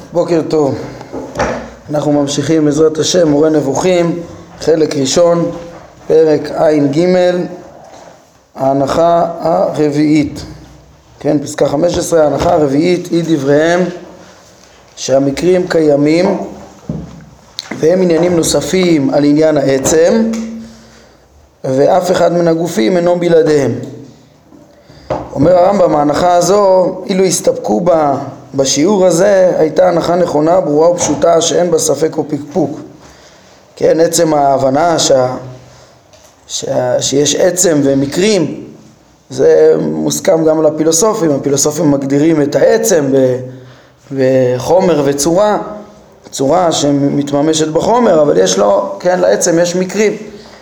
בוקר טוב. אנחנו ממשיכים בעזרת השם מורה נבוכים, חלק ראשון, פרק ע"ג, ההנחה הרביעית. כן, פסקה 15, ההנחה הרביעית היא דבריהם שהמקרים קיימים והם עניינים נוספים על עניין העצם, ואף אחד מן הגופים אינו בלעדיהם. אומר הרמב"ם, ההנחה הזו, אילו הסתפקו בה בשיעור הזה, הייתה הנחה נכונה, ברורה ופשוטה, שאין בה ספק או פקפוק. כן, עצם ההבנה שיש עצם ומקרים, זה מוסכם גם לפילוסופים. הפילוסופים מגדירים את העצם בחומר וצורה, צורה שמתממשת בחומר, אבל יש לו, כן, לעצם יש מקרים.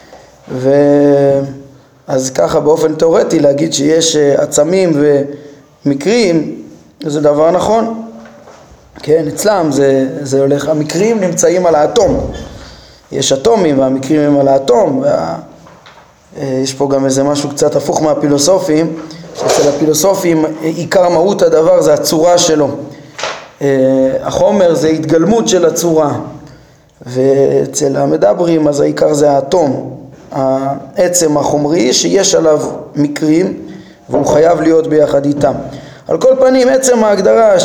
אז ככה באופן תיאורטי להגיד שיש עצמים ומקרים, זה דבר נכון. כן, אצלם זה הולך, המקרים נמצאים על האטום. יש אטומים והמקרים הם על האטום. יש פה גם איזה משהו קצת הפוך מהפילוסופים, שאצל הפילוסופים עיקר מהות הדבר זה הצורה שלו. החומר זה התגלמות של הצורה, ואצל המדברים אז העיקר זה האטום, העצם החומרי שיש עליו מקרים והוא חייב להיות ביחד איתם. על כל פנים, עצם ההגדרה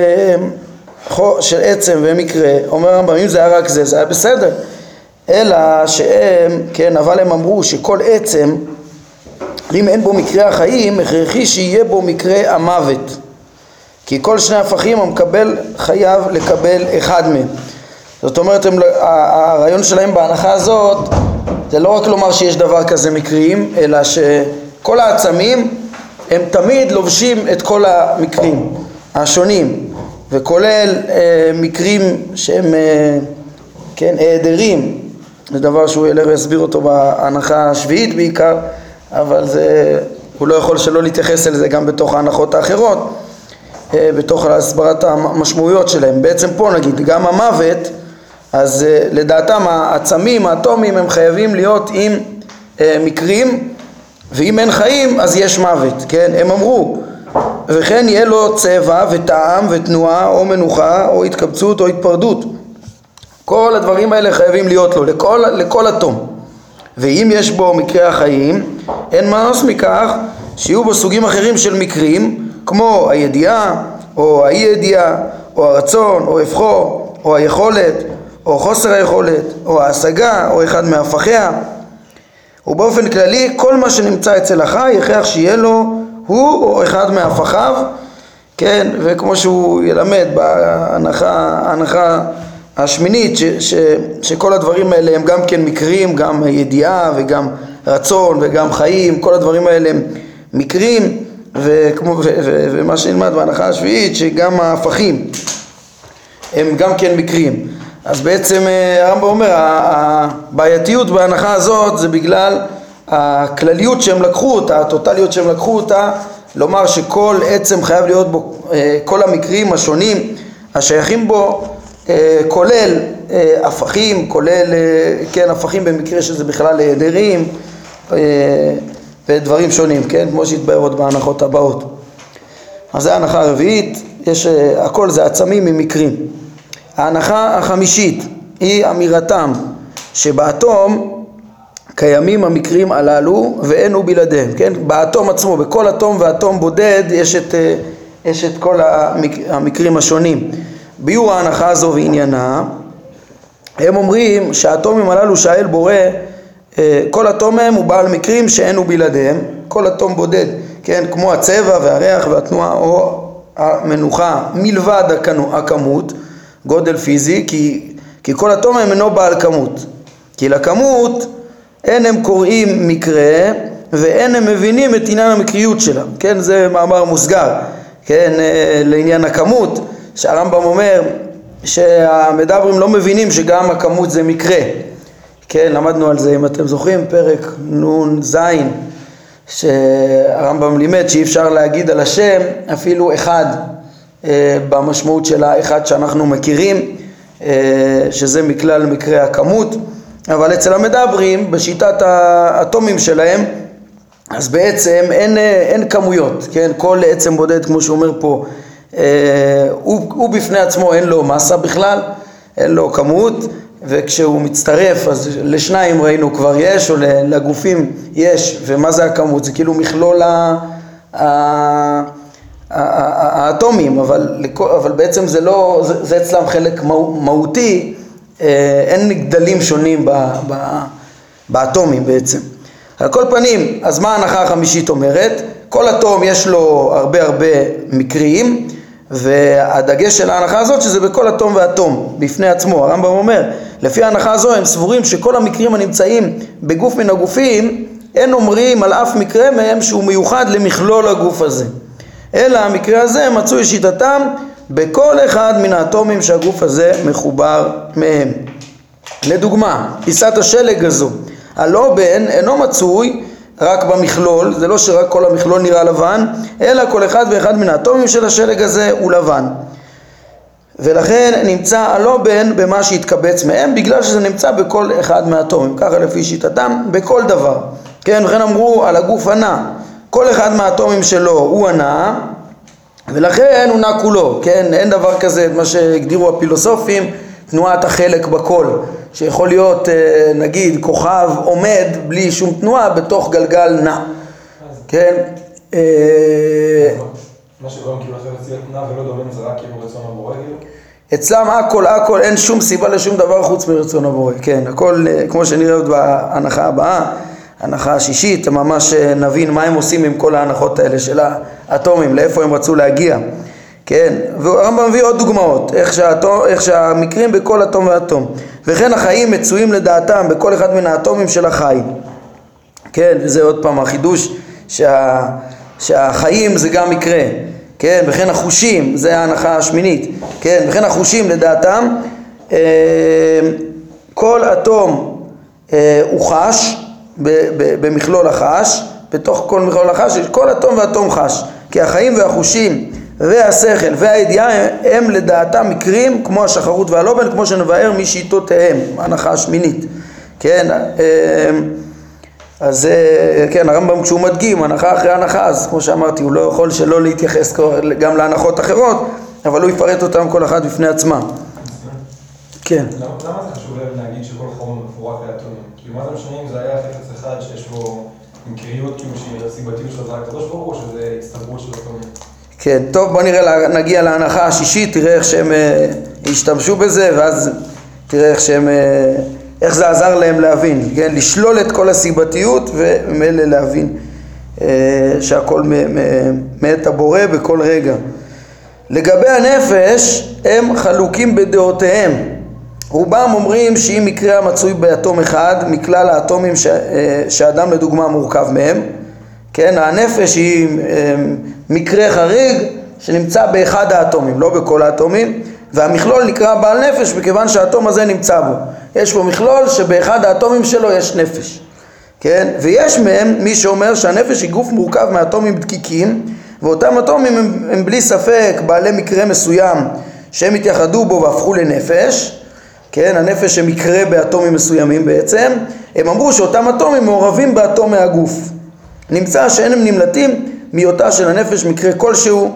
של עצם ומקרה, אומר הרמב"ם, אם זה היה רק זה היה בסדר, אלא שהם, כן, אבל הם אמרו שכל עצם, אם אין בו מקרה החיים, הכרחי שיהיה בו מקרה המוות, כי כל שני הפכים המקבל חייב לקבל אחד מהם. זאת אומרת, הרעיון שלהם בהנחה הזאת זה לא רק לומר שיש דבר כזה מקרים, אלא שכל העצמים הם תמיד לובשים את כל המקרים השונים, וכולל מקרים שהם, כן, היעדרים. זה דבר שהוא ילך ויסביר אותו בהנחה השביעית בעיקר, אבל הוא לא יכול שלא להתייחס אל זה גם בתוך ההנחות האחרות, בתוך הסברת המשמעויות שלהם. בעצם פה נגיד, גם המוות, אז לדעתם העצמים, האטומים, הם חייבים להיות עם מקרים, ואם אין חיים אז יש מוות, כן? הם אמרו, וכן יהיה לו צבע וטעם ותנועה או מנוחה או התקבצות או התפרדות. כל הדברים האלה חייבים להיות לו, לכל אטום. ואם יש בו מקרה החיים, אין מנוס מכך שיהיו בו סוגים אחרים של מקרים, כמו הידיעה או האי ידיעה או הרצון או הפכו או היכולת או חוסר היכולת או ההשגה או אחד מהפכיה. ובאופן כללי כל מה שנמצא אצל החי הכרח שיהיה לו הוא או אחד מהפכיו, כן, וכמו שהוא ילמד בהנחה השמינית שכל הדברים האלה הם גם כן מקרים, גם ידיעה וגם רצון וגם חיים, כל הדברים האלה הם מקרים, ומה שנלמד בהנחה השביעית שגם ההפכים הם גם כן מקרים. אז בעצם הרמב"ם אומר, הבעייתיות בהנחה הזאת זה בגלל הכלליות שהם לקחו אותה, הטוטליות שהם לקחו אותה, לומר שכל עצם חייב להיות בו, כל המקרים השונים השייכים בו, כולל הפכים, כולל, כן, הפכים במקרה שזה בכלל היעדרים ודברים שונים, כן, כמו שהתבהר עוד בהנחות הבאות. אז זה ההנחה הרביעית, הכל זה עצמים ממקרים. ההנחה החמישית היא אמירתם שבאטום קיימים המקרים הללו ואין הוא בלעדיהם, כן? באטום עצמו, בכל אטום ואטום בודד יש את כל המקרים השונים. ביור ההנחה הזו ועניינה, הם אומרים שהאטומים הללו שהאל בורא, כל אטום מהם הוא בעל מקרים שאין הוא בלעדיהם, כל אטום בודד, כן? כמו הצבע והריח והתנועה או המנוחה מלבד הכמות, גודל פיזי, כי כל אטום הם אינו בעל כמות, כי לכמות אין הם קוראים מקרה ואין הם מבינים את עניין המקריות שלה, כן? זה מאמר מוסגר, כן, לעניין הכמות, שהרמב"ם אומר שהמדברים לא מבינים שגם הכמות זה מקרה, כן, למדנו על זה אם אתם זוכרים, פרק נון זין, שהרמב"ם לימד שאי אפשר להגיד על השם אפילו אחד במשמעות של האחד שאנחנו מכירים, שזה מכלל מקרה הכמות. אבל אצל המדברים בשיטת האטומים שלהם אז בעצם אין כמויות, כן? כל עצם בודד כמו שאומר פה הוא בפני עצמו אין לו מסה בכלל, אין לו כמות, וכשהוא מצטרף אז לשניים ראינו כבר יש, או לגופים יש, ומה זה הכמות? זה כאילו מכלול האטומים, אבל בעצם זה לא, זה אצלם חלק מהותי, אין גדלים שונים באטומים בעצם. על כל פנים, אז מה ההנחה החמישית אומרת? כל אטום יש לו הרבה מקרים, והדגש של ההנחה הזאת שזה בכל אטום ואטום בפני עצמו. הרמב"ם אומר, לפי ההנחה הזו הם סבורים שכל המקרים הנמצאים בגוף מן הגופים, אין אומרים על אף מקרה מהם שהוא מיוחד למכלול הגוף הזה, אלא המקרה הזה מצוי שיטתם בכל אחד מן האטומים שהגוף הזה מחובר מהם. לדוגמה, פיסת השלג הזו, הלובן אינו מצוי רק במכלול, זה לא שרק כל המכלול נראה לבן, אלא כל אחד ואחד מן האטומים של השלג הזה הוא לבן. ולכן נמצא הלובן במה שהתקבץ מהם, בגלל שזה נמצא בכל אחד מהאטומים, ככה לפי שיטתם, בכל דבר. כן, וכן אמרו על הגוף הנע, כל אחד מהאטומים שלו הוא הנע, ולכן הוא נע כולו, כן, אין דבר כזה, מה שהגדירו הפילוסופים, תנועת החלק בכל, שיכול להיות נגיד כוכב עומד בלי שום תנועה בתוך גלגל נע, כן? מה שגורם כאילו אחרי לציית נע ולא דומה זה רק כאילו רצון הבורא? אצלם הכל, אין שום סיבה לשום דבר חוץ מרצון הבורא, כן, הכל כמו שנראה עוד בהנחה הבאה, ההנחה השישית, ממש נבין מה הם עושים עם כל ההנחות האלה של האטומים, לאיפה הם רצו להגיע. כן, והרמב"ם מביא עוד דוגמאות, איך שהמקרים בכל אטום ואטום, וכן החיים מצויים לדעתם בכל אחד מן האטומים של החיים. כן, וזה עוד פעם החידוש שהחיים זה גם מקרה. כן, וכן החושים, זה ההנחה השמינית. כן, וכן החושים לדעתם, כל אטום הוא חש במכלול החש, בתוך כל מכלול החש, כל אטום ואטום חש, כי החיים והחושים והשכל והידיעה הם לדעתם מקרים כמו השחרות והלובן, כמו שנבהר משיטותיהם, ההנחה השמינית. כן, אז כן, הרמב"ם כשהוא מדגים הנחה אחרי הנחה, אז כמו שאמרתי, הוא לא יכול שלא להתייחס גם להנחות אחרות, אבל הוא יפרט אותם כל אחד בפני עצמם. כן. למה זה חשוב להם להגיד שכל חומר מפורק לאטומים? כאילו מה זה משנה אם זה היה חפץ אחד שיש בו מקריות כאילו שהסיבתיות שלו זה רק הקדוש ברוך הוא, שזה הצטברות של אטומים? כן, טוב, בוא נראה, נגיע להנחה השישית, תראה איך שהם השתמשו בזה, ואז תראה איך זה עזר להם להבין, כן? לשלול את כל הסיבתיות ומילא להבין שהכל מאת הבורא בכל רגע. לגבי הנפש, הם חלוקים בדעותיהם. רובם אומרים שאם מקרה המצוי באטום אחד, מכלל האטומים שהאדם לדוגמה מורכב מהם, כן, הנפש היא מקרה חריג שנמצא באחד האטומים, לא בכל האטומים, והמכלול נקרא בעל נפש בכיוון שהאטום הזה נמצא בו. יש בו מכלול שבאחד האטומים שלו יש נפש. כן? ויש מהם מי שאומר שהנפש היא גוף מורכב מאטומים דקיקים, ואותם אטומים הם בלי ספק בעלי מקרה מסוים שהם התייחדו בו והפכו לנפש. כן? הנפש שמקרה באטומים מסוימים בעצם. הם אמרו שאותם אטומים מעורבים באטום מהגוף. נמצא שאין הם נמלטים מהיותה של הנפש מקרה כלשהו,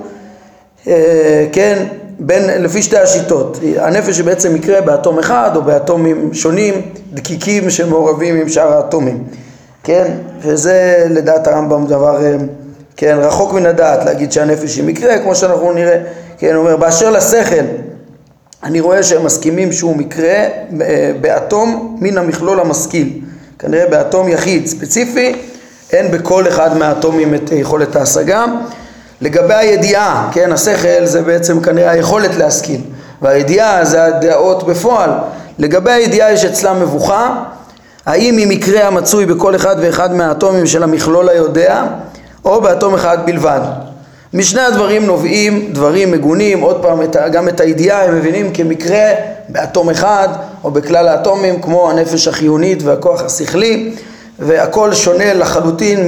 כן, לפי שתי השיטות. הנפש היא בעצם מקרה באטום אחד או באטומים שונים, דקיקים שמעורבים עם שאר האטומים. כן, וזה לדעת הרמב"ם דבר, כן, רחוק מן הדעת להגיד שהנפש היא מקרה, כמו שאנחנו נראה. כן, הוא אומר, באשר לשכל, אני רואה שהם מסכימים שהוא מקרה באטום מן המכלול המשכיל. כנראה באטום יחיד ספציפי, אין בכל אחד מהאטומים את יכולת ההשגה. לגבי הידיעה, כן, השכל זה בעצם כנראה היכולת להשכיל, והידיעה זה הדעות בפועל. לגבי הידיעה יש אצלם מבוכה, האם היא מקרה המצוי בכל אחד ואחד מהאטומים של המכלול היודע, או באטום אחד בלבד. משני הדברים נובעים דברים מגונים, עוד פעם גם את הידיעה הם מבינים כמקרה באטום אחד, או בכלל האטומים כמו הנפש החיונית והכוח השכלי, והכל שונה לחלוטין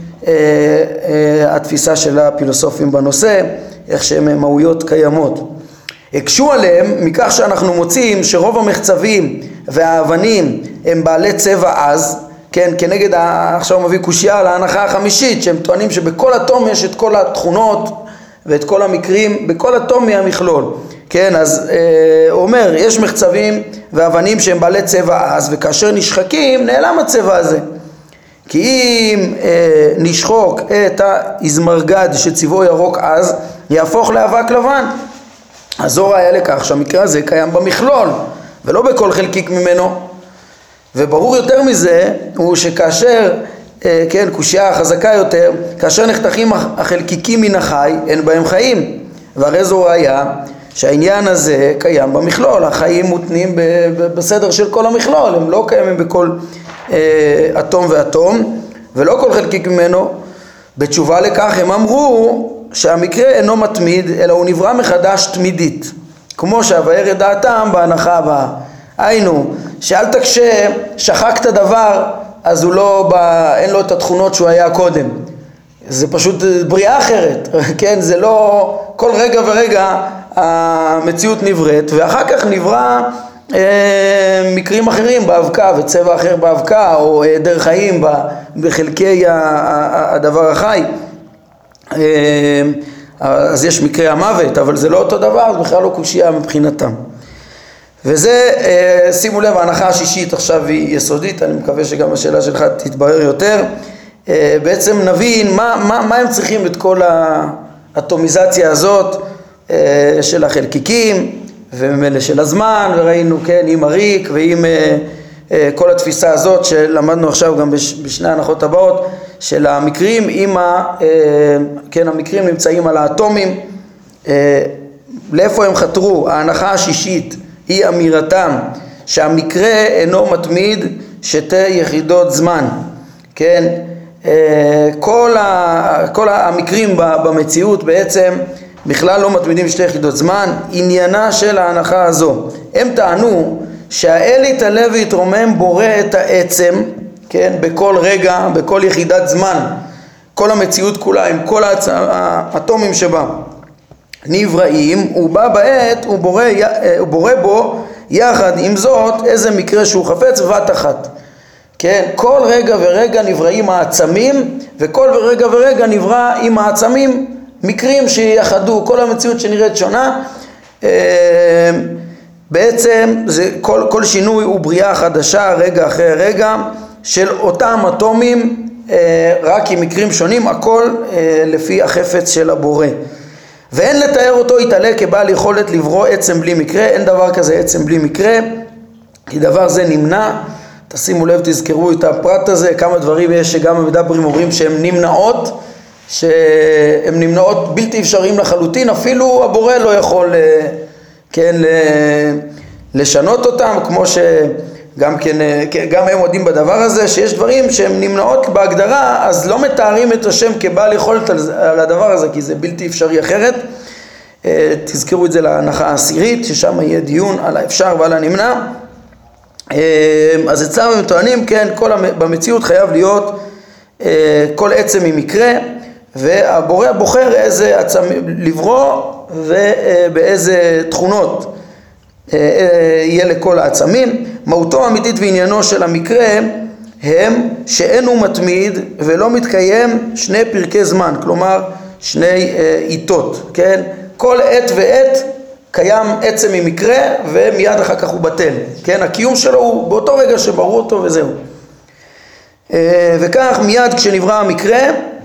מהתפיסה של הפילוסופים בנושא, איך שהן מהויות קיימות. הקשו עליהם מכך שאנחנו מוצאים שרוב המחצבים והאבנים הם בעלי צבע עז, כן, כנגד, עכשיו מביא קושיה על ההנחה החמישית, שהם טוענים שבכל אטום יש את כל התכונות ואת כל המקרים בכל אטום מהמכלול. כן, אז הוא אומר, יש מחצבים ואבנים שהם בעלי צבע עז, וכאשר נשחקים נעלם הצבע הזה. כי אם נשחוק את האזמרגד שצבעו ירוק עז, יהפוך לאבק לבן. אז הוא ראה לכך שהמקרה הזה קיים במכלול, ולא בכל חלקיק ממנו. וברור יותר מזה, הוא שכאשר, כן, קושיה חזקה יותר, כאשר נחתכים החלקיקים מן החי, אין בהם חיים. והרי זו ראיה שהעניין הזה קיים במכלול, החיים מותנים בסדר של כל המכלול, הם לא קיימים בכל אטום ואטום, ולא כל חלקיק ממנו. בתשובה לכך הם אמרו שהמקרה אינו מתמיד, אלא הוא נברא מחדש תמידית, כמו שהבאר את דעתם בהנחה הבאה. היינו, שאל תקשה, שחקת דבר, אז הוא לא, אין לו את התכונות שהוא היה קודם. זה פשוט בריאה אחרת, כן? זה לא כל רגע ורגע המציאות נבראת, ואחר כך נברא מקרים אחרים באבקה וצבע אחר באבקה, או דרך חיים בחלקי הדבר החי. אז יש מקרה המוות, אבל זה לא אותו דבר, זה בכלל לא קושיה מבחינתם. וזה, שימו לב, ההנחה השישית עכשיו היא יסודית, אני מקווה שגם השאלה שלך תתברר יותר. בעצם נבין מה הם צריכים את כל האטומיזציה הזאת של החלקיקים וממילא של הזמן, וראינו, כן, עם הריק ועם כל התפיסה הזאת שלמדנו עכשיו גם בשני ההנחות הבאות של המקרים, כן, המקרים נמצאים על האטומים. לאיפה הם חתרו? ההנחה השישית היא אמירתם שהמקרה אינו מתמיד שתי יחידות זמן, כן? כל המקרים במציאות בעצם בכלל לא מתמידים שתי יחידות זמן. עניינה של ההנחה הזו, הם טענו שהאל יתעלה ויתרומם בורא את העצם, כן, בכל רגע, בכל יחידת זמן, כל המציאות כולה עם כל האטומים שבה נבראים, ובא בעת הוא בורא בו יחד עם זאת איזה מקרה שהוא חפץ בבת אחת. כן, כל רגע ורגע נבראים העצמים, וכל רגע ורגע נברא עם העצמים מקרים שיחדו, כל המציאות שנראית שונה. בעצם זה, כל שינוי הוא בריאה חדשה רגע אחרי רגע של אותם אטומים, רק עם מקרים שונים, הכל לפי החפץ של הבורא. ואין לתאר אותו יתעלה כבעל יכולת לברוא עצם בלי מקרה, אין דבר כזה עצם בלי מקרה, כי דבר זה נמנע. תשימו לב, תזכרו את הפרט הזה, כמה דברים יש שגם המדברים אומרים שהן נמנעות, שהן נמנעות בלתי אפשריים לחלוטין, אפילו הבורא לא יכול, כן, לשנות אותם, כמו שגם כן, גם הם יודעים בדבר הזה, שיש דברים שהן נמנעות בהגדרה, אז לא מתארים את השם כבעל יכולת על הדבר הזה, כי זה בלתי אפשרי אחרת. תזכרו את זה להנחה העשירית, ששם יהיה דיון על האפשר ועל הנמנע. אז אצלם הם טוענים, כן, במציאות חייב להיות כל עצם ממקרה, והבורא בוחר איזה עצם לברוא ובאיזה תכונות יהיה לכל העצמים. מהותו האמיתית ועניינו של המקרה הם שאין הוא מתמיד ולא מתקיים שני פרקי זמן, כלומר שני עיתות, כן? כל עת ועת קיים עצם ממקרה ומיד אחר כך הוא בטל, כן? הקיום שלו הוא באותו רגע שבראו אותו וזהו. וכך מיד כשנברא המקרה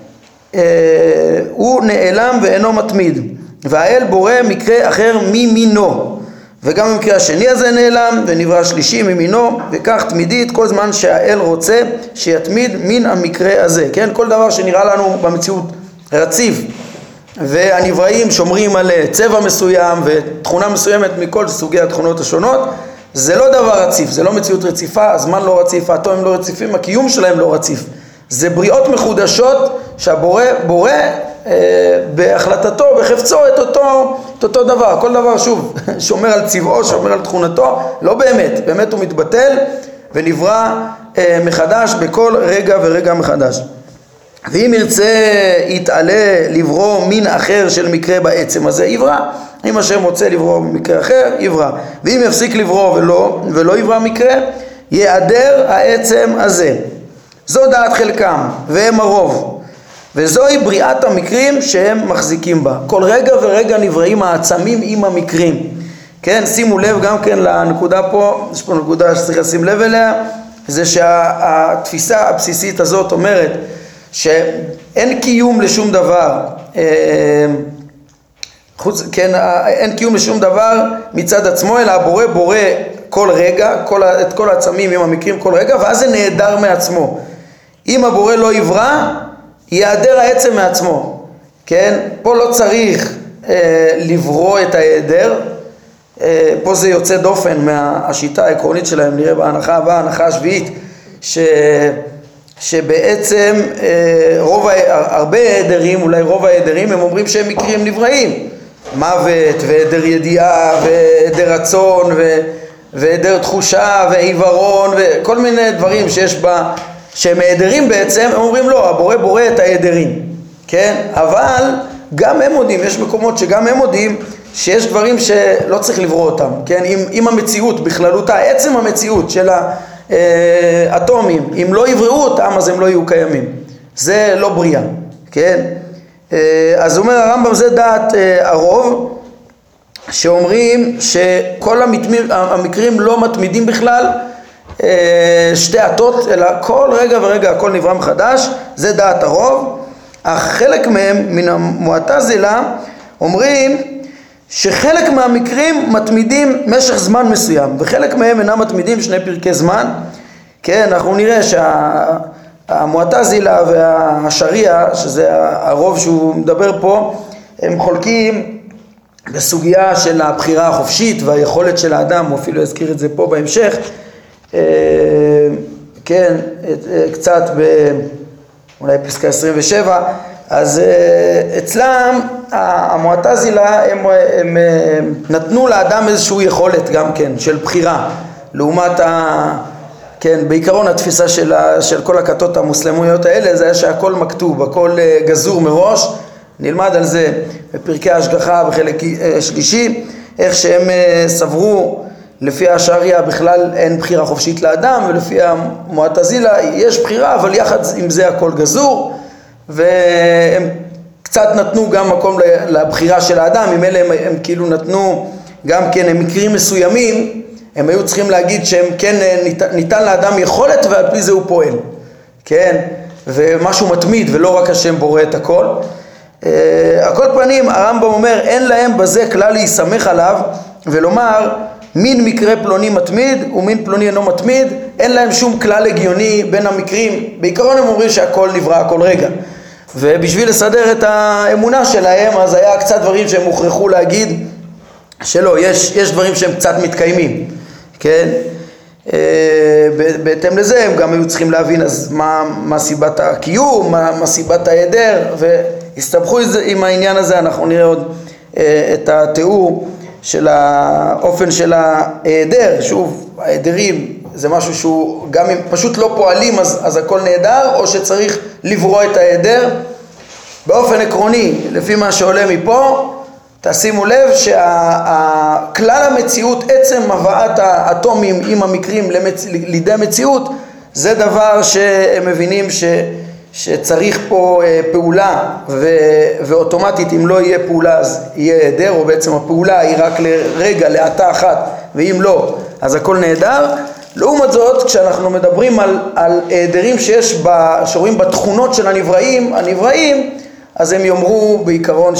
הוא נעלם ואינו מתמיד, והאל בורא מקרה אחר ממינו, וגם המקרה השני הזה נעלם ונברא שלישי ממינו, וכך תמידית כל זמן שהאל רוצה שיתמיד מן המקרה הזה, כן? כל דבר שנראה לנו במציאות רציף והנבראים שומרים על צבע מסוים ותכונה מסוימת מכל סוגי התכונות השונות, זה לא דבר רציף, זה לא מציאות רציפה, הזמן לא רציף, האטומים לא רציפים, הקיום שלהם לא רציף. זה בריאות מחודשות שהבורא בורא בהחלטתו, בחפצו את אותו דבר. כל דבר שוב שומר על צבעו, שומר על תכונתו, לא באמת, באמת הוא מתבטל ונברא מחדש בכל רגע ורגע מחדש. ואם ירצה יתעלה לברוא מין אחר של מקרה בעצם הזה יברא, אם השם רוצה לברוא במקרה אחר יברא, ואם יפסיק לברוא ולא יברא מקרה ייעדר העצם הזה. זו דעת חלקם והם הרוב, וזוהי בריאת המקרים שהם מחזיקים בה. כל רגע ורגע נבראים העצמים עם המקרים. כן, שימו לב גם כן לנקודה פה, יש פה נקודה שצריך לשים לב אליה, זה שהתפיסה הבסיסית הזאת אומרת שאין קיום לשום דבר, אין קיום לשום דבר מצד עצמו, אלא הבורא בורא כל רגע, את כל העצמים עם המקרים כל רגע, ואז זה נהדר מעצמו. אם הבורא לא יברא, יעדר העצם מעצמו. כן? פה לא צריך לברוא את ההיעדר, פה זה יוצא דופן מהשיטה העקרונית שלהם, נראה בהנחה הבאה, ההנחה השביעית, שבעצם הרבה העדרים, אולי רוב העדרים, הם אומרים שהם מקרים נבראים. מוות והיעדר ידיעה והיעדר רצון והיעדר תחושה ועיוורון וכל מיני דברים שיש בה, שהם העדרים בעצם, הם אומרים לא, הבורא בורא את העדרים. כן? אבל גם הם מודים, יש מקומות שגם הם מודים שיש דברים שלא צריך לברוא אותם, כן? אם המציאות בכללותה, עצם המציאות של האטומים, אם לא יבראו אותם אז הם לא יהיו קיימים. זה לא בריאה, כן? אז אומר הרמב"ם, זה דעת הרוב, שאומרים שכל המקרים לא מתמידים בכלל שתי עתות, אלא כל רגע ורגע הכל נברא מחדש, זה דעת הרוב. אך חלק מהם מן המועתזילה אומרים שחלק מהמקרים מתמידים משך זמן מסוים, וחלק מהם אינם מתמידים שני פרקי זמן. כן, אנחנו נראה שהמועתזילה והשריעה, שזה הרוב שהוא מדבר פה, הם חולקים בסוגיה של הבחירה החופשית והיכולת של האדם, הוא אפילו הזכיר את זה פה בהמשך, כן, קצת אולי פסקה 27, אז אצלם המועתזילה הם נתנו לאדם איזושהי יכולת גם כן של בחירה, לעומת כן, בעיקרון התפיסה של כל הכתות המוסלמיות האלה זה היה שהכל מכתוב, הכל גזור מראש. נלמד על זה בפרקי ההשגחה בחלק שלישי, איך שהם סברו לפי השריעה בכלל אין בחירה חופשית לאדם, ולפי המועתזילה יש בחירה אבל יחד עם זה הכל גזור, והם קצת נתנו גם מקום לבחירה של האדם. עם אלה הם כאילו נתנו גם כן הם מקרים מסוימים, הם היו צריכים להגיד שהם כן ניתן לאדם יכולת ועל פי זה הוא פועל, כן, ומשהו מתמיד ולא רק השם בורא את הכל. על כל פנים הרמב"ם אומר אין להם בזה כלל להיסמך עליו ולומר מין מקרה פלוני מתמיד ומין פלוני אינו מתמיד, אין להם שום כלל הגיוני בין המקרים. בעיקרון הם אומרים שהכל נברא כל רגע, ובשביל לסדר את האמונה שלהם אז היה קצת דברים שהם הוכרחו להגיד שלא, יש דברים שהם קצת מתקיימים, כן? בהתאם לזה הם גם היו צריכים להבין אז מה סיבת הקיום, מה סיבת ההיעדר, והסתבכו עם העניין הזה. אנחנו נראה עוד את התיאור של האופן של ההיעדר. שוב, ההיעדרים זה משהו שהוא גם אם פשוט לא פועלים אז הכל נהדר, או שצריך לברוא את ההיעדר. באופן עקרוני, לפי מה שעולה מפה, תשימו לב שכלל המציאות, עצם הבאת האטומים עם המקרים לידי מציאות, זה דבר שהם מבינים שצריך פה פעולה, ואוטומטית אם לא יהיה פעולה אז יהיה היעדר, או בעצם הפעולה היא רק לרגע, לעתה אחת, ואם לא אז הכל נהדר. לעומת זאת, כשאנחנו מדברים על היעדרים שרואים בתכונות של הנבראים, אז הם יאמרו בעיקרון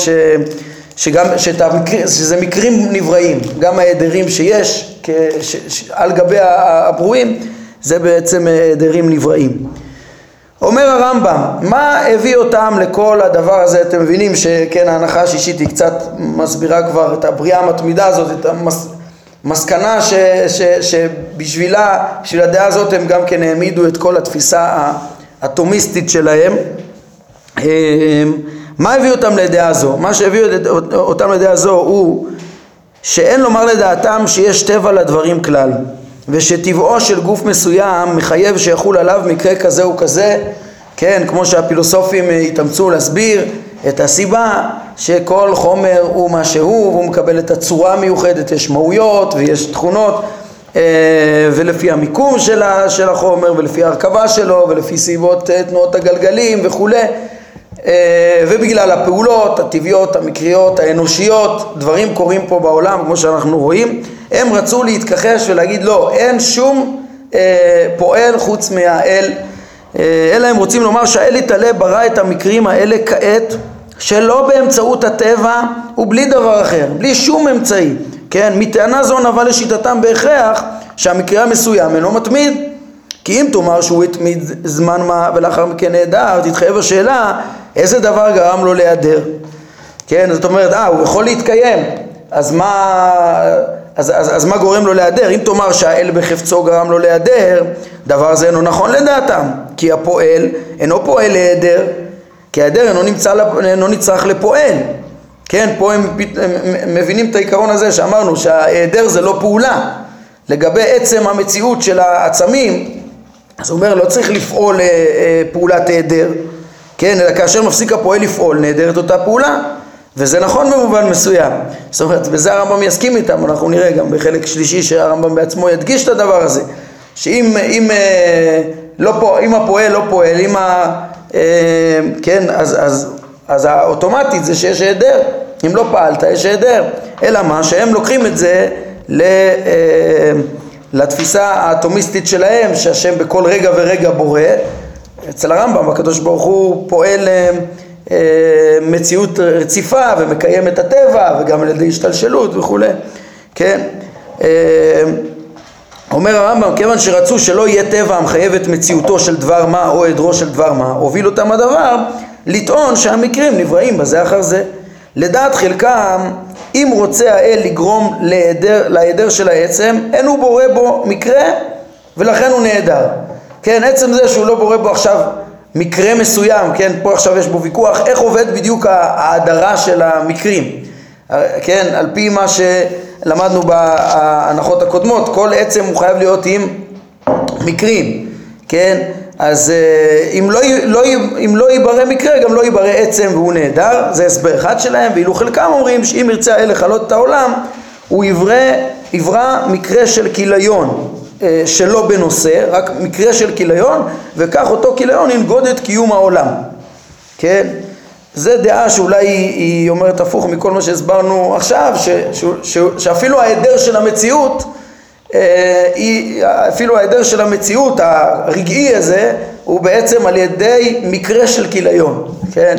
שזה מקרים נבראים, גם ההיעדרים שיש על גבי הברואים זה בעצם היעדרים נבראים. אומר הרמב"ם, מה הביא אותם לכל הדבר הזה? אתם מבינים שכן ההנחה השישית היא קצת מסבירה כבר את הבריאה המתמידה הזאת, את המסקנה בשביל הדעה הזאת הם גם כן העמידו את כל התפיסה האטומיסטית שלהם. מה הביא אותם לדעה זו? מה שהביא אותם לדעה זו הוא שאין לומר לדעתם שיש טבע לדברים כלל, ושטבעו של גוף מסוים מחייב שיחול עליו מקרה כזה וכזה, כן, כמו שהפילוסופים התאמצו להסביר את הסיבה שכל חומר הוא מה שהוא, והוא מקבל את הצורה המיוחדת, יש מהויות ויש תכונות, ולפי המיקום של החומר ולפי ההרכבה שלו ולפי סיבות תנועות הגלגלים וכו'. ובגלל הפעולות הטבעיות, המקריות, האנושיות, דברים קורים פה בעולם כמו שאנחנו רואים, הם רצו להתכחש ולהגיד לא, אין שום פועל חוץ מהאל, אלא הם רוצים לומר שהאל יתעלה ברא את המקרים האלה כעת, שלא באמצעות הטבע ובלי דבר אחר, בלי שום אמצעי. כן, מטענה זו נבע לשיטתם בהכרח שהמקרה המסוים אינו מתמיד, כי אם תאמר שהוא התמיד זמן מה ולאחר מכן נהדר, תתחייב השאלה איזה דבר גרם לו להיעדר. כן, זאת אומרת, הוא יכול להתקיים, אז מה גורם לו להיעדר? אם תאמר שהאל בחפצו גרם לו להיעדר, דבר זה אינו נכון לדעתם, כי הפועל אינו פועל להיעדר, כי ההיעדר אינו נצרך לפועל. כן, פה הם מבינים את העיקרון הזה שאמרנו שההיעדר זה לא פעולה. לגבי עצם המציאות של העצמים, אז הוא אומר לא צריך לפעול פעולת היעדר, כן, אלא כאשר מפסיק הפועל לפעול נהדרת אותה פעולה, וזה נכון במובן מסוים. זאת אומרת, בזה הרמב"ם יסכים איתם, אנחנו נראה גם בחלק שלישי שהרמב"ם בעצמו ידגיש את הדבר הזה, שאם הפועל לא פועל, כן, אז האוטומטית זה שיש היעדר, אם לא פעלת יש היעדר, אלא מה שהם לוקחים את זה לתפיסה האטומיסטית שלהם, שהשם בכל רגע ורגע בורא. אצל הרמב"ם הקדוש ברוך הוא פועל מציאות רציפה ומקיים את הטבע וגם על ידי השתלשלות וכו'. כן, אומר הרמב"ם, כיוון שרצו שלא יהיה טבע המחייב את מציאותו של דבר מה או עדרו של דבר מה, הוביל אותם הדבר לטעון שהמקרים נבראים בזה אחר זה. לדעת חלקם, אם רוצה האל לגרום להיעדר של העצם, אין הוא בורא בו מקרה ולכן הוא נהדר. כן, עצם זה שהוא לא בורא בו עכשיו מקרה מסוים, כן, פה עכשיו יש בו ויכוח איך עובד בדיוק ההדרה של המקרים. כן, על פי מה שלמדנו בהנחות הקודמות, כל עצם הוא חייב להיות עם מקרים. כן, אז אם לא ייברא מקרה, גם לא ייברא עצם והוא נהדר, זה הסבר אחד שלהם. ואילו חלקם אומרים שאם ירצה האל לכלות את העולם, הוא יברא מקרה של כיליון שלא בנושא, רק מקרה של כיליון, וכך אותו כיליון ינגוד את קיום העולם. כן, זה דעה שאולי היא אומרת הפוך מכל מה שהסברנו עכשיו, שאפילו ההיעדר של המציאות, אפילו ההיעדר של המציאות הרגעי הזה הוא בעצם על ידי מקרה של כיליון. כן,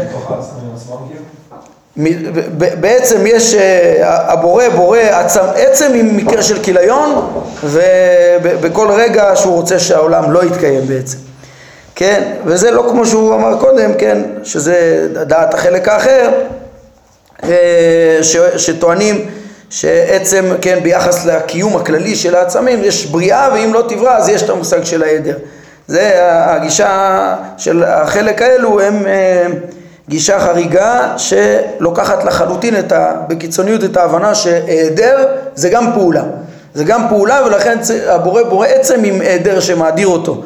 בעצם יש הבורא בורא עצם עם מקרה של כיליון, ובכל רגע שהוא רוצה שהעולם לא יתקיים בעצם. כן, וזה לא כמו שהוא אמר קודם, כן, שזה דעת החלק האחר, שטוענים שעצם, כן, ביחס לקיום הכללי של העצמים יש בריאה, ואם לא תברא אז יש את המושג של ההיעדר. זה הגישה של החלק האלו, הם גישה חריגה שלוקחת לחלוטין בקיצוניות את ההבנה שהיעדר זה גם פעולה. זה גם פעולה, ולכן הבורא בורא עצם עם היעדר שמאדיר אותו.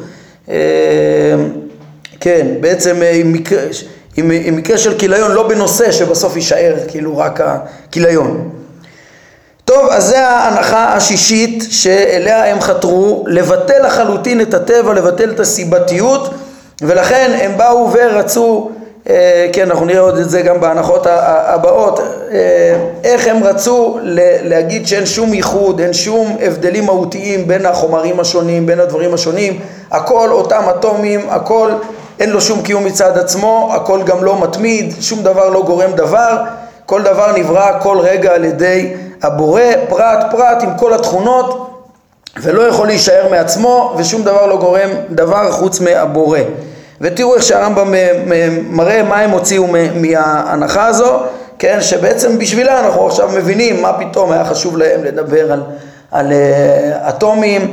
כן, בעצם עם מקרה של כיליון לא בנושא שבסוף יישאר כאילו רק הכיליון. טוב, אז זה ההנחה השישית שאליה הם חתרו, לבטל לחלוטין את הטבע, לבטל את הסיבתיות, ולכן הם באו ורצו, כן, אנחנו נראה עוד את זה גם בהנחות הבאות, איך הם רצו להגיד שאין שום ייחוד, אין שום הבדלים מהותיים בין החומרים השונים, בין הדברים השונים, הכל אותם אטומים, הכל אין לו שום קיום מצד עצמו, הכל גם לא מתמיד, שום דבר לא גורם דבר, כל דבר נברא כל רגע על ידי הבורא, פרט פרט עם כל התכונות, ולא יכול להישאר מעצמו, ושום דבר לא גורם דבר חוץ מהבורא. ותראו איך שהרמב"ם מראה מה הם הוציאו מההנחה הזו, כן, שבעצם בשבילה אנחנו עכשיו מבינים מה פתאום היה חשוב להם לדבר על אטומים,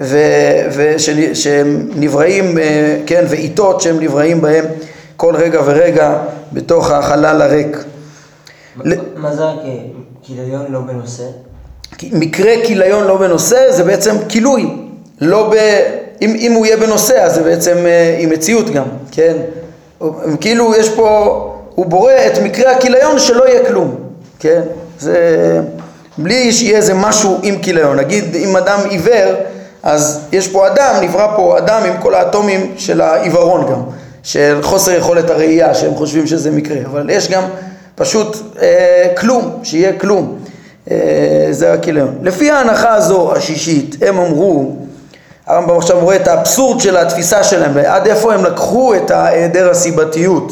ושהם נבראים, כן, ואיתות שהם נבראים בהם כל רגע ורגע בתוך החלל הריק. מה זה כיליון לא בנושא? מקרה כיליון לא בנושא זה בעצם כילוי, לא אם הוא יהיה בנושא אז זה בעצם עם מציאות גם, כן? כאילו יש פה, הוא בורא את מקרה הכיליון שלא יהיה כלום, כן? זה בלי שיהיה איזה משהו עם כיליון. נגיד אם אדם עיוור, אז יש פה אדם, נברא פה אדם עם כל האטומים של העיוורון גם, של חוסר יכולת הראייה, שהם חושבים שזה מקרה, אבל יש גם פשוט כלום, שיהיה כלום. זה הכיליון. לפי ההנחה הזו השישית, הם אמרו, הרמב"ם עכשיו רואה את האבסורד של התפיסה שלהם, עד איפה הם לקחו את היעדר הסיבתיות.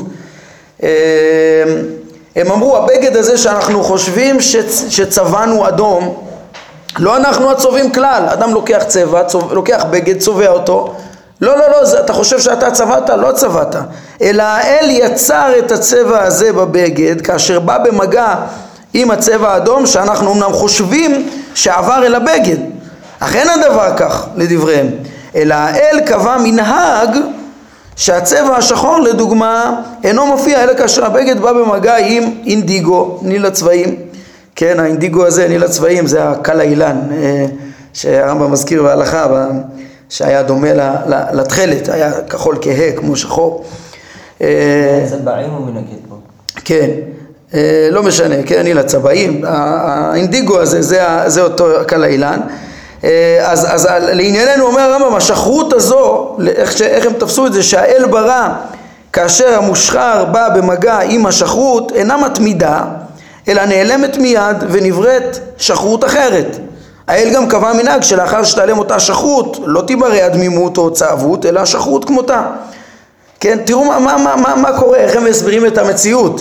הם אמרו, הבגד הזה שאנחנו חושבים שצבענו אדום, לא אנחנו הצובעים כלל. אדם לוקח צבע, לוקח בגד, צובע אותו, לא, אתה חושב שאתה צבעת? לא צבעת, אלא האל יצר את הצבע הזה בבגד כאשר בא במגע עם הצבע האדום שאנחנו אמנם חושבים שעבר אל הבגד, אך אין הדבר כך לדבריהם, אלא האל קבע מנהג שהצבע השחור לדוגמה אינו מופיע אלא כאשר הבגד בא במגע עם אינדיגו, ניל הצבעים. כן, האינדיגו הזה, ניל הצבעים, זה הקל האילן שהרמב"ם מזכיר בהלכה, שהיה דומה לתכלת, היה כחול כהה כמו שחור. צבעים הוא מנגד בו. כן, לא משנה, כן, ניל הצבעים, האינדיגו הזה זה אותו הקל האילן. אז לענייננו אומר הרמב"ם, השחרות הזו, איך הם תפסו את זה, שהאל ברא כאשר המושחר בא במגע עם השחרות אינה מתמידה, אלא נעלמת מיד ונבראת שחרות אחרת. האל גם קבע מנהג שלאחר שתעלם אותה שחרות לא תיברא הדמימות או צעבות, אלא שחרות כמותה. כן, תראו מה קורה, איך הם מסבירים את המציאות.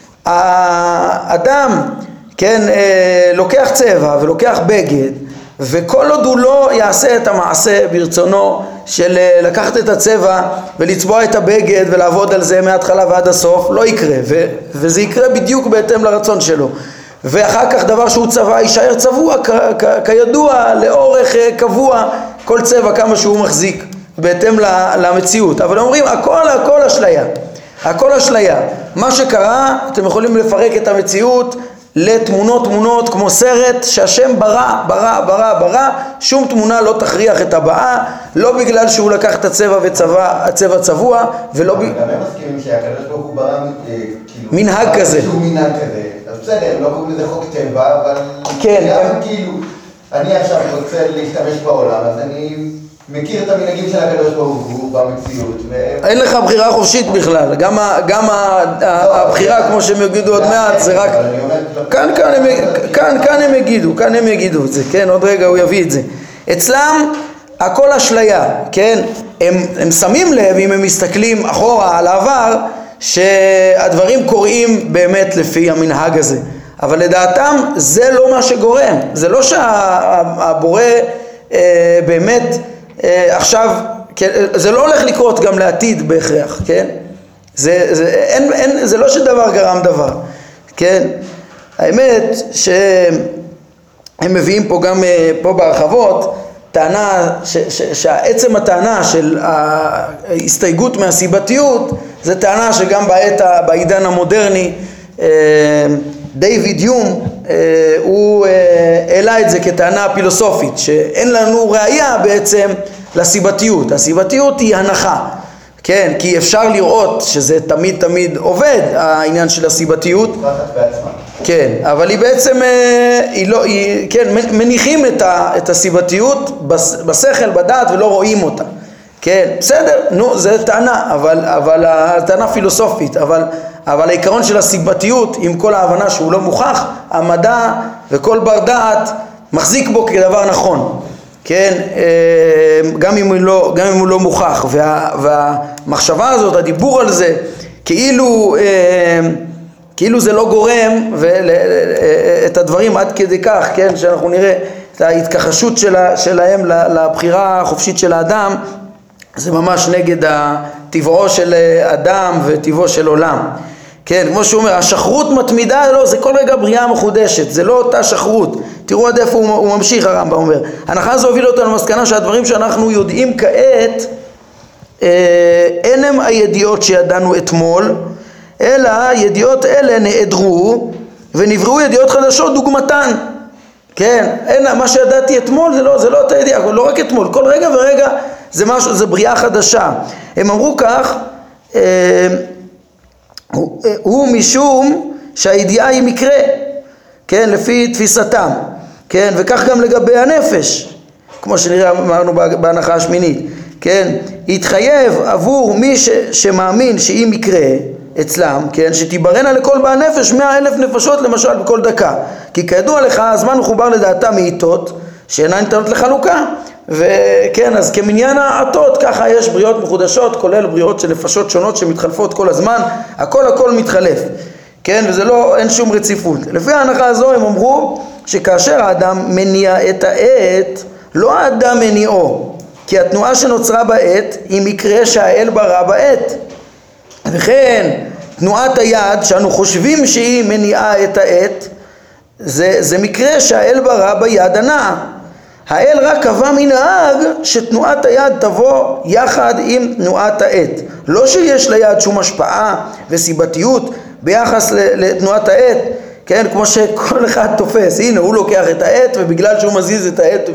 האדם, כן, לוקח צבע ולוקח בגד, וכל עוד הוא לא יעשה את המעשה ברצונו של לקחת את הצבע ולצבוע את הבגד ולעבוד על זה מההתחלה ועד הסוף, לא יקרה, וזה יקרה בדיוק בהתאם לרצון שלו. ואחר כך דבר שהוא צבע יישאר צבוע כידוע לאורך קבוע, כל צבע כמה שהוא מחזיק בהתאם למציאות. אבל אומרים הכל אשליה, הכל אשליה. מה שקרה, אתם יכולים לפרק את המציאות לתמונות כמו סרט שהשם ברא, שום תמונה לא תכריח את הבאה, לא בגלל שהוא לקח את הצבע והצבע צבוע, ולא גם הם מסכימים שהקדוש ברוך הוא ברא מנהג כזה. מנהג כזה. אז בסדר, לא קוראים לזה חוק טבע, אבל כן, כאילו, אני עכשיו רוצה להשתמש בעולם, אז אני מכיר את המנהגים של הקדוש ברוך הוא במציאות. אין לך בחירה חופשית בכלל, גם הבחירה כמו שהם יגידו עוד מעט זה רק כאן הם יגידו את זה, כן, עוד רגע הוא יביא את זה. אצלם הכל אשליה, כן, הם שמים לב אם הם מסתכלים אחורה על העבר שהדברים קורים באמת לפי המנהג הזה, אבל לדעתם זה לא מה שגורם, זה לא שהבורא באמת עכשיו, זה לא הולך לקרות גם לעתיד בהכרח, כן? זה לא שדבר גרם דבר, כן? האמת שהם מביאים פה גם פה בהרחבות טענה שהעצם הטענה של ההסתייגות מהסיבתיות זה טענה שגם בעידן המודרני דיוויד יום הוא העלה את זה כטענה פילוסופית, שאין לנו ראייה בעצם לסיבתיות. הסיבתיות היא הנחה, כן, כי אפשר לראות שזה תמיד עובד, העניין של הסיבתיות, כן, אבל היא בעצם כן, מניחים את הסיבתיות בשכל, בדעת, ולא רואים אותה. כן, בסדר, נו, זה טענה, אבל הטענה פילוסופית, אבל העיקרון של הסיבתיות, עם כל ההבנה שהוא לא מוכח, המדע וכל בר דעת מחזיק בו כדבר נכון, כן, גם אם הוא לא מוכח, והמחשבה הזאת, הדיבור על זה, כאילו זה לא גורם את הדברים עד כדי כך, כן, שאנחנו נראה את ההתכחשות שלהם לבחירה החופשית של האדם, זה ממש נגד טבעו של אדם וטבעו של עולם. כן, כמו שהוא אומר, השחרות מתמידה, לא, זה כל רגע בריאה מחודשת, זה לא אותה שחרות. תראו עד איפה הוא ממשיך, הרמב"ם אומר. ההנחה זו הובילה אותנו למסקנה שהדברים שאנחנו יודעים כעת, אין הם הידיעות שידענו אתמול, אלא ידיעות אלה נעדרו ונבראו ידיעות חדשות דוגמתן. כן, מה שידעתי אתמול זה לא אותה ידיעה, לא רק אתמול, כל רגע ורגע זה משהו, זה בריאה חדשה. הם אמרו כך, הוא משום שהידיעה היא מקרה, כן, לפי תפיסתם, כן, וכך גם לגבי הנפש, כמו שנראה אמרנו בהנחה השמינית, כן, יתחייב עבור מי שמאמין שהיא מקרה אצלם, כן, שתיברנה לכל בעל נפש 100,000 נפשות למשל בכל דקה, כי כידוע לך הזמן מחובר לדעתה מעיתות שאינן ניתנות לחלוקה, וכן, אז כמניין העתות ככה יש בריאות מחודשות, כולל בריאות של נפשות שונות שמתחלפות כל הזמן, הכל מתחלף, כן, וזה לא, אין שום רציפות. לפי ההנחה הזו הם אמרו שכאשר האדם מניע את העת, לא האדם מניעו, כי התנועה שנוצרה בעת היא מקרה שהאל ברא בעת. וכן תנועת היד שאנו חושבים שהיא מניעה את העת, זה מקרה שהאל ברא ביד הנעה. האל רק קבע מנהג שתנועת היד תבוא יחד עם תנועת העת, לא שיש ליד שום השפעה וסיבתיות ביחס לתנועת העת, כן, כמו שכל אחד תופס, הנה הוא לוקח את העת ובגלל שהוא מזיז את העת,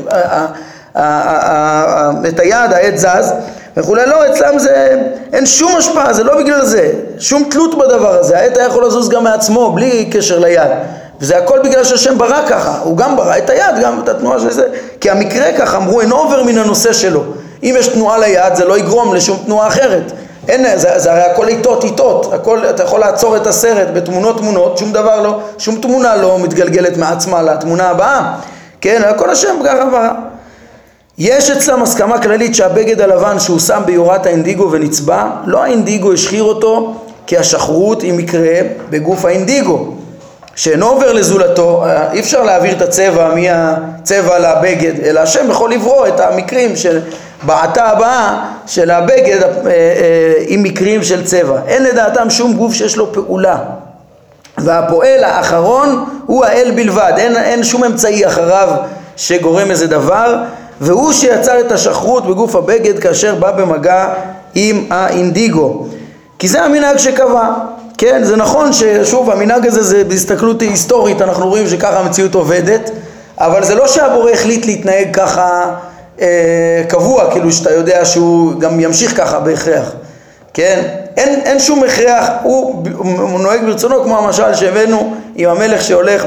את היד, העת זז וכולי. לא, אצלם זה אין שום השפעה, זה לא בגלל זה, שום תלות בדבר הזה, העת היה יכול לזוז גם מעצמו בלי קשר ליד, וזה הכל בגלל שהשם ברא ככה, הוא גם ברא את היד, גם את התנועה של זה, כי המקרה ככה, אמרו, אין עובר מן הנושא שלו, אם יש תנועה ליד זה לא יגרום לשום תנועה אחרת, אין, זה הרי הכל איתות, הכל, אתה יכול לעצור את הסרט בתמונות, שום דבר לא, שום תמונה לא מתגלגלת מעצמה לתמונה הבאה, כן, הכל השם ככה ברא. יש אצלם הסכמה כללית שהבגד הלבן שהוא שם ביורת האינדיגו ונצבע, לא האינדיגו השחיר אותו, כי השחרות היא מקרה בגוף האינדיגו, שאינו עובר לזולתו, אי אפשר להעביר את הצבע מהצבע לבגד, אלא השם יכול לברוא את המקרים שבעתה הבאה של הבגד עם מקרים של צבע. אין לדעתם שום גוף שיש לו פעולה, והפועל האחרון הוא האל בלבד, אין שום אמצעי אחריו שגורם איזה דבר, והוא שיצר את השחרות בגוף הבגד כאשר בא במגע עם האינדיגו, כי זה המנהג שקבע. כן, זה נכון ששוב המנהג הזה זה בהסתכלות היסטורית, אנחנו רואים שככה המציאות עובדת, אבל זה לא שהבורא החליט להתנהג ככה קבוע, כאילו שאתה יודע שהוא גם ימשיך ככה בהכרח, כן, אין שום הכרח, הוא נוהג ברצונו, כמו המשל שהבאנו עם המלך שהולך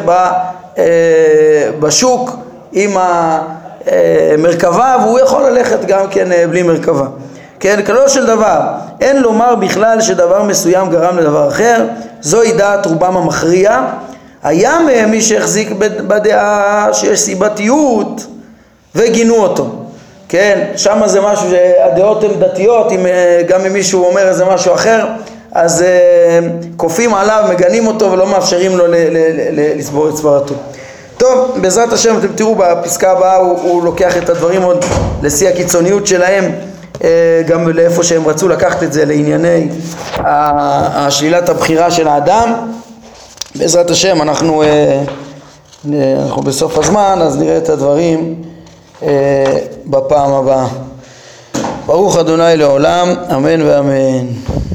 בשוק עם המרכבה, והוא יכול ללכת גם כן בלי מרכבה. כן, כלו של דבר, אין לומר בכלל שדבר מסוים גרם לדבר אחר, זוהי דעת רובם המכריע. היה מהם מי שהחזיק בדעה שיש סיבתיות וגינו אותו. כן, שם זה משהו שהדעות הן דתיות, גם אם מישהו אומר איזה משהו אחר, אז קופים עליו, מגנים אותו ולא מאפשרים לו לסבור את סברתו. טוב, בעזרת השם אתם תראו בפסקה הבאה, הוא לוקח את הדברים עוד לשיא הקיצוניות שלהם, גם לאיפה שהם רצו לקחת את זה לענייני השלילת הבחירה של האדם. בעזרת השם אנחנו בסוף הזמן, אז נראה את הדברים בפעם הבאה. ברוך אדוני לעולם, אמן ואמן.